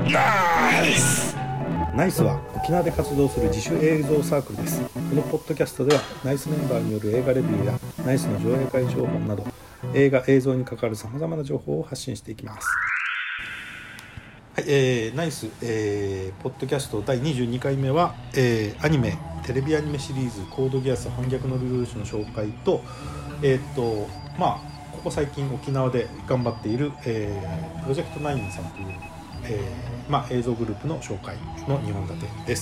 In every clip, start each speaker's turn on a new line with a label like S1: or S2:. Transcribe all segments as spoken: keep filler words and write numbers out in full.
S1: ナイスナイスは沖縄で活動する自主映像サークルです。このポッドキャストではナイスメンバーによる映画レビューやナイスの上映会情報など映画映像に関わるさまざまな情報を発信していきます。はい、えー、ナイス、えー、ポッドキャストだいにじゅうにかいめは、えー、アニメテレビアニメシリーズコードギアス反逆のルルーシュの紹介とえー、っとまあここ最近沖縄で頑張っている、えー、プロジェクトナインさんという、えーまあ、映像グループの紹介のにほん立てです。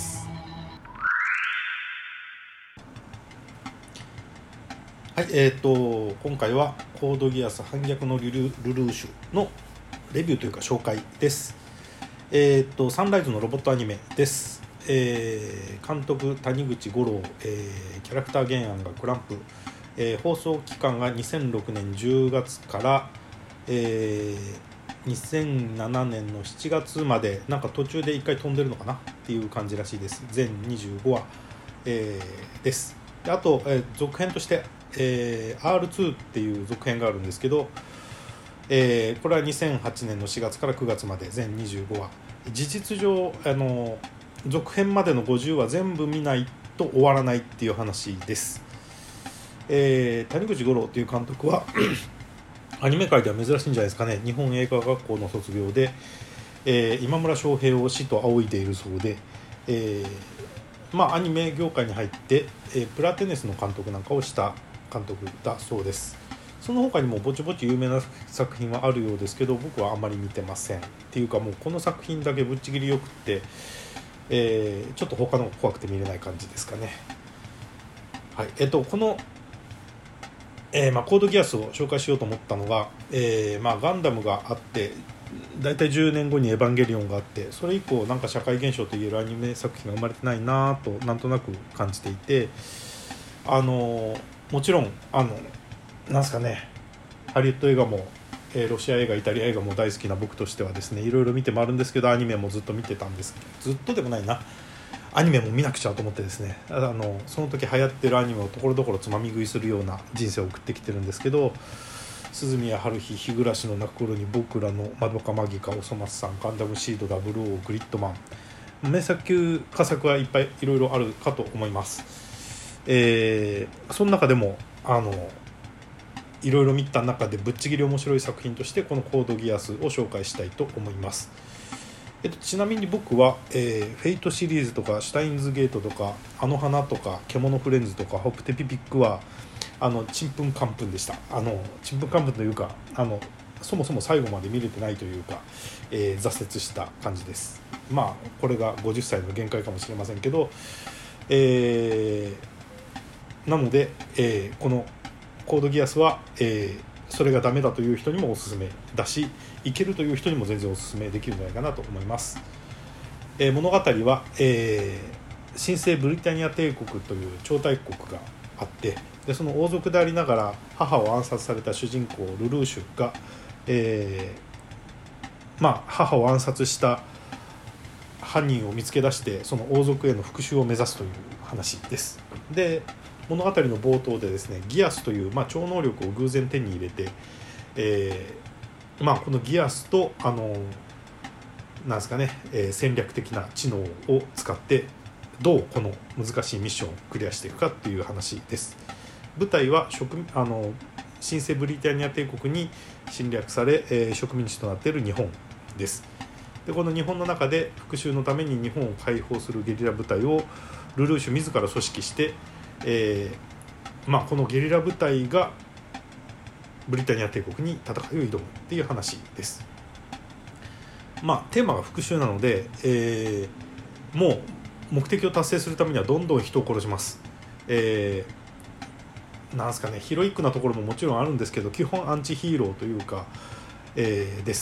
S1: はい、えー、と今回はコードギアス反逆のルルルルーシュのレビューというか紹介です。えー、とサンライズのロボットアニメです。えー、監督谷口五郎、えー、キャラクター原案がクランプ、えー、放送期間がにせんろくねんじゅうがつから、えー、にせんななねんのしちがつまでなんか途中でいっかい飛んでるのかなっていう感じらしいです。全にじゅうごわ、えー、です。であと、えー、続編として、えー、アールツー っていう続編があるんですけど、えー、これはにせんはちねんのしがつからくがつまで全にじゅうごわ。事実上あの続編までのごじゅうわ全部見ないと終わらないっていう話です。えー、谷口五郎という監督はアニメ界では珍しいんじゃないですかね。日本映画学校の卒業で、えー、今村翔平を師と仰いでいるそうで、えーまあ、アニメ業界に入って、えー、プラテネスの監督なんかをした監督だそうです。その他にもぼちぼち有名な作品はあるようですけど僕はあまり見てません。っていうかもうこの作品だけぶっちぎりよくって、えー、ちょっと他の怖くて見れない感じですかね。はい、えっとこのえーまあ、コードギアスを紹介しようと思ったのが、えーまあ、ガンダムがあってだいたいじゅうねんごにエヴァンゲリオンがあってそれ以降なんか社会現象といえるアニメ作品が生まれてないなとなんとなく感じていて、あのもちろんあのなんすかねハリウッド映画も、えー、ロシア映画イタリア映画も大好きな僕としてはですねいろいろ見てもあるんですけどアニメもずっと見てたんですずっとでもないなアニメも見なくちゃと思ってですねあのその時流行ってるアニメをところどころつまみ食いするような人生を送ってきてるんですけど鈴宮春日日暮らしの泣く頃に僕らのまどかマギカおそ松さんガンダムシードダブルオーグリッドマン名作級佳作はいっぱいいろいろあるかと思います。えー、その中でもあのいろいろ見た中でぶっちぎり面白い作品としてこのコードギアスを紹介したいと思います。えっと、ちなみに僕は、えー、フェイトシリーズとかシュタインズゲートとかあの花とか獣フレンズとかホプテピピックはあのちんぷんかんぷんでした。あのちんぷんかんぷんというかあのそもそも最後まで見れてないというか、えー、挫折した感じです。まあこれがごじゅっさいの限界かもしれませんけど、えー、なので、えー、このコードギアスは、えーそれがダメだという人にもおすすめだしいけるという人にも全然おすすめできるんじゃないかなと思います。えー、物語は、えー、新生ブリタニア帝国という超大国があってでその王族でありながら母を暗殺された主人公ルルーシュが、えーまあ、母を暗殺した犯人を見つけ出してその王族への復讐を目指すという話です。で物語の冒頭でですねギアスという、まあ、超能力を偶然手に入れて、えーまあ、このギアスとあのなんですかね、えー、戦略的な知能を使ってどうこの難しいミッションをクリアしていくかっていう話です。舞台は植あの新生ブリタニア帝国に侵略され、えー、植民地となっている日本です。でこの日本の中で復讐のために日本を解放するゲリラ部隊をルルーシュ自ら組織してえーまあ、このゲリラ部隊がブリタニア帝国に戦いを挑むっていう話です。まあテーマが復讐なので、えー、もう目的を達成するためにはどんどん人を殺します。えー、なんすかねヒロイックなところももちろんあるんですけど基本アンチヒーローというか、えー、です。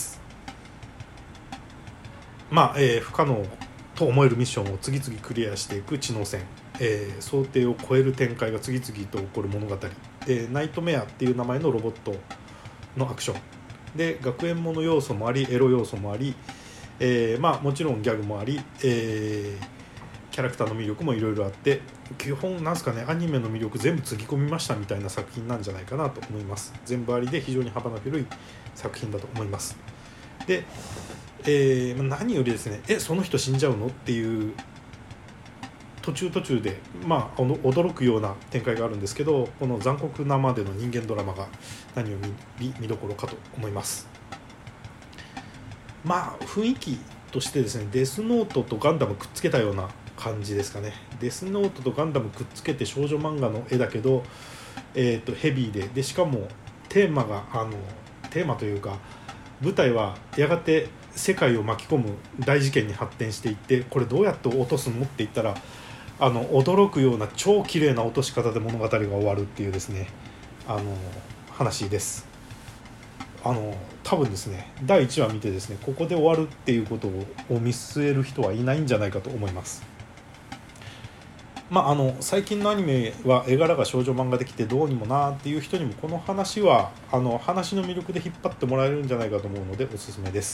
S1: まあ、えー、不可能と思えるミッションを次々クリアしていく知能戦、えー、想定を超える展開が次々と起こる物語でナイトメアっていう名前のロボットのアクションで学園もの要素もありエロ要素もあり、えーまあ、もちろんギャグもあり、えー、キャラクターの魅力もいろいろあって基本なんすかねアニメの魅力全部つぎ込みましたみたいな作品なんじゃないかなと思います。全部ありで非常に幅の広い作品だと思います。でえー、何よりですね、えその人死んじゃうのっていう途中途中で、まあ、驚くような展開があるんですけど、この残酷なまでの人間ドラマが何を 見, 見どころかと思います。まあ雰囲気としてですね、デスノートとガンダムくっつけたような感じですかね。デスノートとガンダムくっつけて少女漫画の絵だけど、えー、とヘビー で, でしかもテーマがあのテーマというか舞台はやがて世界を巻き込む大事件に発展していって、これどうやって落とすのって言ったら、あの驚くような超綺麗な落とし方で物語が終わるっていうですね、あの話です。あの多分ですね、だいいちわ見てですね、ここで終わるっていうことを見据える人はいないんじゃないかと思います。まあ、あの最近のアニメは絵柄が少女漫画できてどうにもなーっていう人にもこの話はあの話の魅力で引っ張ってもらえるんじゃないかと思うのでおすすめです。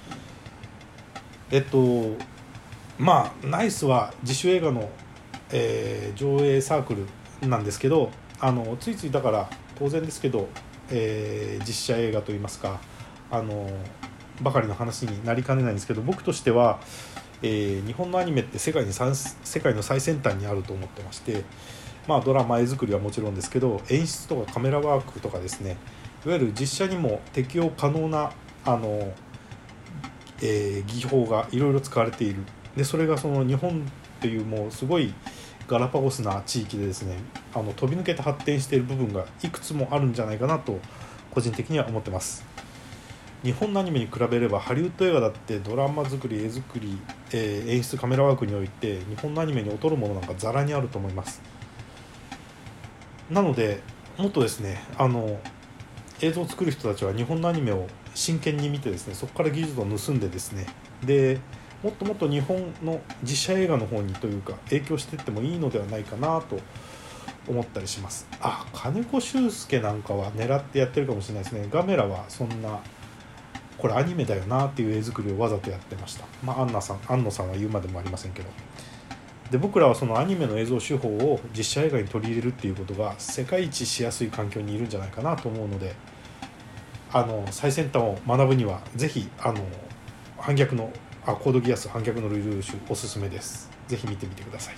S1: えっとまあナイスは自主映画の、えー、上映サークルなんですけど、あのついついだから当然ですけど、えー、実写映画といいますか、あのばかりの話になりかねないんですけど、僕としてはえー、日本のアニメって世界に世界の最先端にあると思ってまして、まあ、ドラマ絵作りはもちろんですけど、演出とかカメラワークとかですね、いわゆる実写にも適用可能なあの、えー、技法がいろいろ使われている。でそれがその日本っていうもうすごいガラパゴスな地域でですね、あの飛び抜けて発展している部分がいくつもあるんじゃないかなと個人的には思ってます。日本のアニメに比べればハリウッド映画だってドラマ作り、絵作り、えー、演出、カメラワークにおいて日本のアニメに劣るものなんかザラにあると思います。なのでもっとですね、あの映像を作る人たちは日本のアニメを真剣に見てですね、そこから技術を盗んでですね、でもっともっと日本の実写映画の方にというか影響していってもいいのではないかなと思ったりします。あ、金子修介なんかは狙ってやってるかもしれないですね。ガメラはそんなこれアニメだよなっていう絵作りをわざとやってました。まあアンナさん、安野さんは言うまでもありませんけど、で僕らはそのアニメの映像手法を実写映画に取り入れるっていうことが世界一しやすい環境にいるんじゃないかなと思うので、あの最先端を学ぶにはぜひあの反逆のあコードギアス反逆のルルーシュおすすめです。ぜひ見てみてください。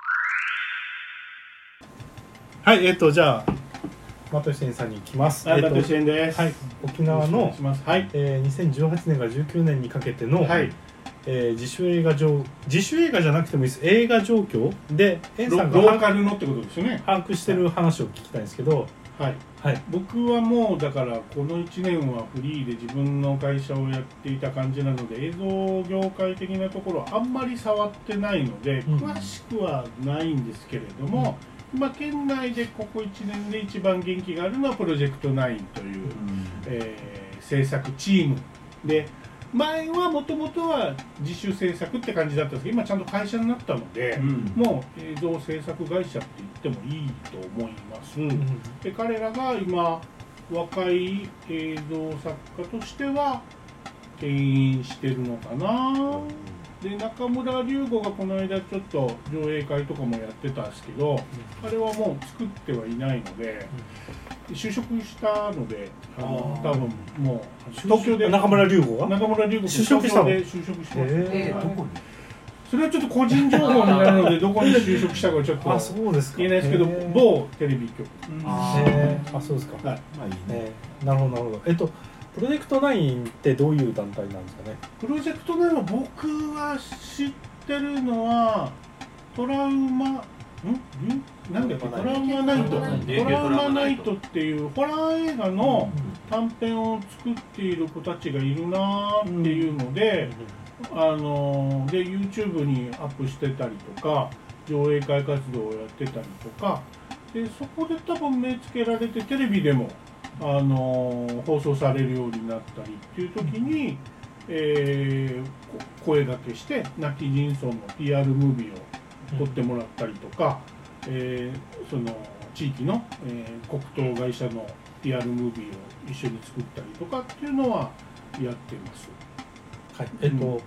S1: はい、えっ、ー、とじゃあマトシエンさんに行きます。
S2: はい、マトシエンです。
S1: はい、沖縄の、
S2: はい
S1: えー、にせんじゅうはちねんからじゅうきゅうねんにかけての、
S2: はい
S1: えー、自主映画上自主映画じゃなくてもいいです。映画状況でエンさんが
S2: ローカルのってことですよね。
S1: 把握してる話を聞きたいんですけど、
S2: はい、はい、僕はもうだからこのいちねんはフリーで自分の会社をやっていた感じなので映像業界的なところはあんまり触ってないので、うん、詳しくはないんですけれども、うん、今県内でここいちねんで一番元気があるのはプロジェクトナインという、うん、えー、制作チームで、前はもともとは自主制作って感じだったんですけど、今ちゃんと会社になったので、うん、もう映像制作会社って言ってもいいと思います、うん、で彼らが今若い映像作家としては牽引してるのかな、うん、で中村龍吾がこの間ちょっと上映会とかもやってたんですけど、うん、あれはもう作ってはいないので、うん、就職したので、あの多分もう東京で
S1: 中村龍吾が
S2: 中村龍吾
S1: 就職したの
S2: で就職してます、
S1: えー、どこに？
S2: それはちょっと個人情報になるのでどこに就職したかちょっと
S1: あそうですか
S2: 言えないですけど、某テレビ局。
S1: あ, えー、あそうですか、はい、まあいいね、えー、なるほどなるほど。えっとプロジェクトナインってどういう団体なんですかね？
S2: プロジェクトナインは僕は知ってるのはトラウマんなんだっけトラウマナイトトラウマナイトっていうホラー映画の短編を作っている子たちがいるなっていうので、あので YouTube にアップしてたりとか上映会活動をやってたりとかで、そこで多分目つけられてテレビでもあの放送されるようになったりっていう時に、えー、声掛けして泣き人村の ピーアール ムービーを撮ってもらったりとか、えー、その地域の、えー、黒糖会社の ピーアール ムービーを一緒に作ったりとかっていうのはやってます。
S1: はい、えっと、うん、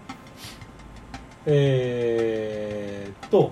S1: えー、っと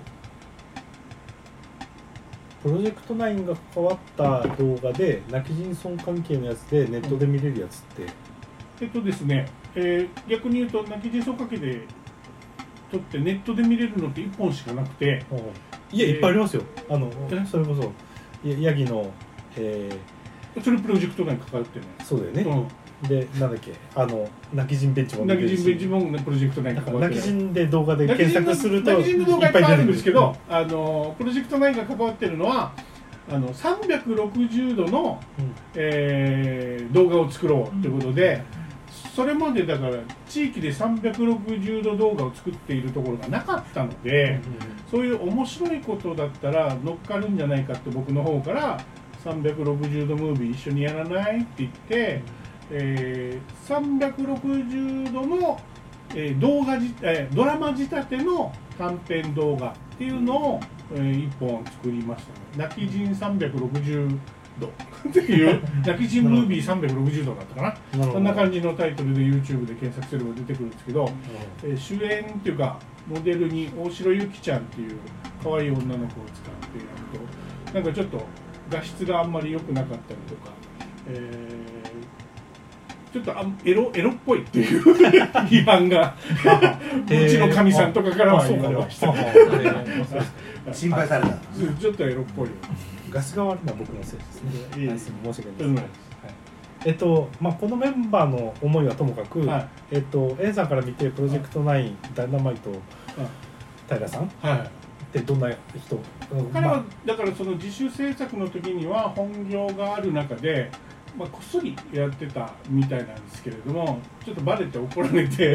S1: プロジェクトナインが関わった動画で泣き人村関係のやつでネットで見れるやつって、
S2: うん、えっとですねえー、逆に言うと泣き人総かけで撮ってネットで見れるのっていっぽんしかなくて、
S1: いや、いっぱいありますよ。あのそれこそヤギの、え
S2: ー、それプロジェクト内に関わってね。
S1: そうだよね、うん、でなんだっけ、あの泣き人ベンチも
S2: 泣き人ベンチもプロジェクト内に関わってる、
S1: 泣き人で動画で検索すると
S2: 泣き人の動画いっぱいあるんですけど、あのプロジェクト内が関わってるのはあのさんびゃくろくじゅうどの、うん、えー、動画を作ろうということで、うん、それまでだから地域でさんびゃくろくじゅうど動画を作っているところがなかったので、うん、そういう面白いことだったら乗っかるんじゃないかって僕の方からさんびゃくろくじゅうどムービー一緒にやらないって言って、うん、えー、さんびゃくろくじゅうどの、えー、動画じ、えー、ドラマ仕立ての短編動画っていうのを、えー、いっぽん作りましたね。泣き人さんびゃくろくじゅうどっていう泣き人ムービーさんびゃくろくじゅうどだったかな、そんな感じのタイトルで YouTube で検索すれば出てくるんですけど、えー、主演っていうかモデルに大城ゆきちゃんっていう可愛い女の子を使ってやると、なんかちょっと画質があんまり良くなかったりとか、えー、ちょっとあエロエロっぽいっていう批判がうちのかみさんとかからは言われました。
S3: 心配された。
S2: ちょっとエロっぽい。
S1: 画質が悪いのは僕のせいですね。いいです。申し訳ないです。
S2: うん、
S1: はい、えっとまあこのメンバーの思いはともかく、はい、えっと A さんから見てプロジェクトナイン、ダイナマイト、平さん、はい、ってどんな人？
S2: 彼はだからその自主制作の時には本業がある中で。まあ、こっそりやってたみたいなんですけれども、ちょっとバレて怒られてって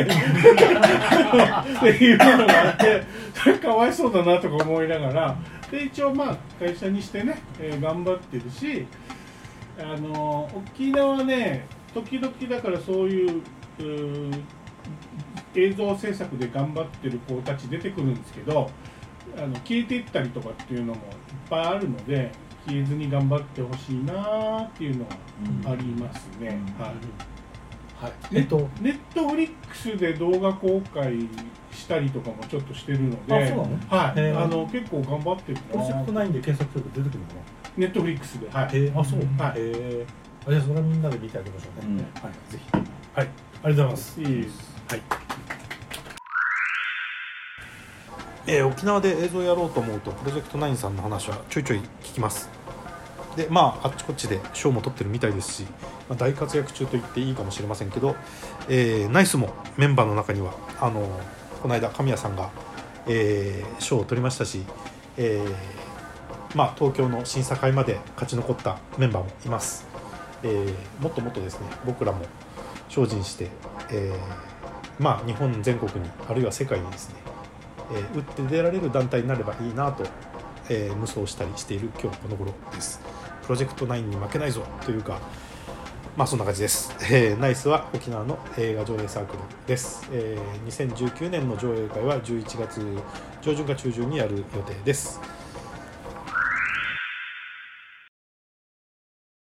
S2: いうのがあって、それかわいそうだなとか思いながら、で一応まあ会社にしてね、えー、頑張ってるし、あの沖縄ね、時々だからそういう、うー映像制作で頑張ってる子たち出てくるんですけど、あの消えていったりとかっていうのもいっぱいあるので、消えずに頑張ってほしいなっていうのはありますね。ネットフリックスで動画公開したりとかもちょっとしてるので、
S1: あ、そうなの？
S2: はい、あの結構頑張ってるな。
S1: プロジェクトナインで検索すると出てくるのかな？
S2: ネットフリックスで。はい。
S1: えー、あ、そう。
S2: はい。
S1: えー、あ、じゃあそれはみんなで見てあげましょうね。うん、はい、ぜひ。はい、ありがとうございます。
S2: いいです。
S1: はい。えー、沖縄で映像やろうと思うとプロジェクトナインさんの話はちょいちょい聞きます。でまあ、あっちこっちで賞も取ってるみたいですし、まあ、大活躍中と言っていいかもしれませんけど、えー、ナイスもメンバーの中にはあのこの間神谷さんがえー、賞を取りましたし、えーまあ、東京の審査会まで勝ち残ったメンバーもいます。えー、もっともっとですね僕らも精進して、えーまあ、日本全国にあるいは世界にですね、えー、打って出られる団体になればいいなと、えー、無双したりしている今日この頃です。プロジェクトナインに負けないぞというか、まあそんな感じです。えー、ナイスは沖縄の映画上映サークルです。えー、にせんじゅうきゅうねんの上映会はじゅういちがつ上旬か中旬にやる予定です。